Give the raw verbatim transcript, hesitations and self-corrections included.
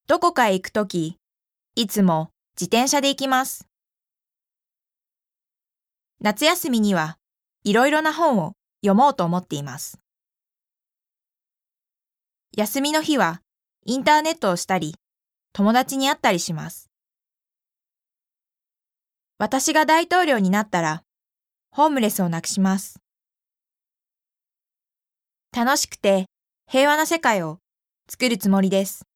どこかへ行くとき、いつも自転車で行きます。夏休みにはいろいろな本を読もうと思っています。休みの日はインターネットをしたり、友達に会ったりします。私が大統領になったら、ホームレスをなくします。楽しくて平和な世界を作るつもりです。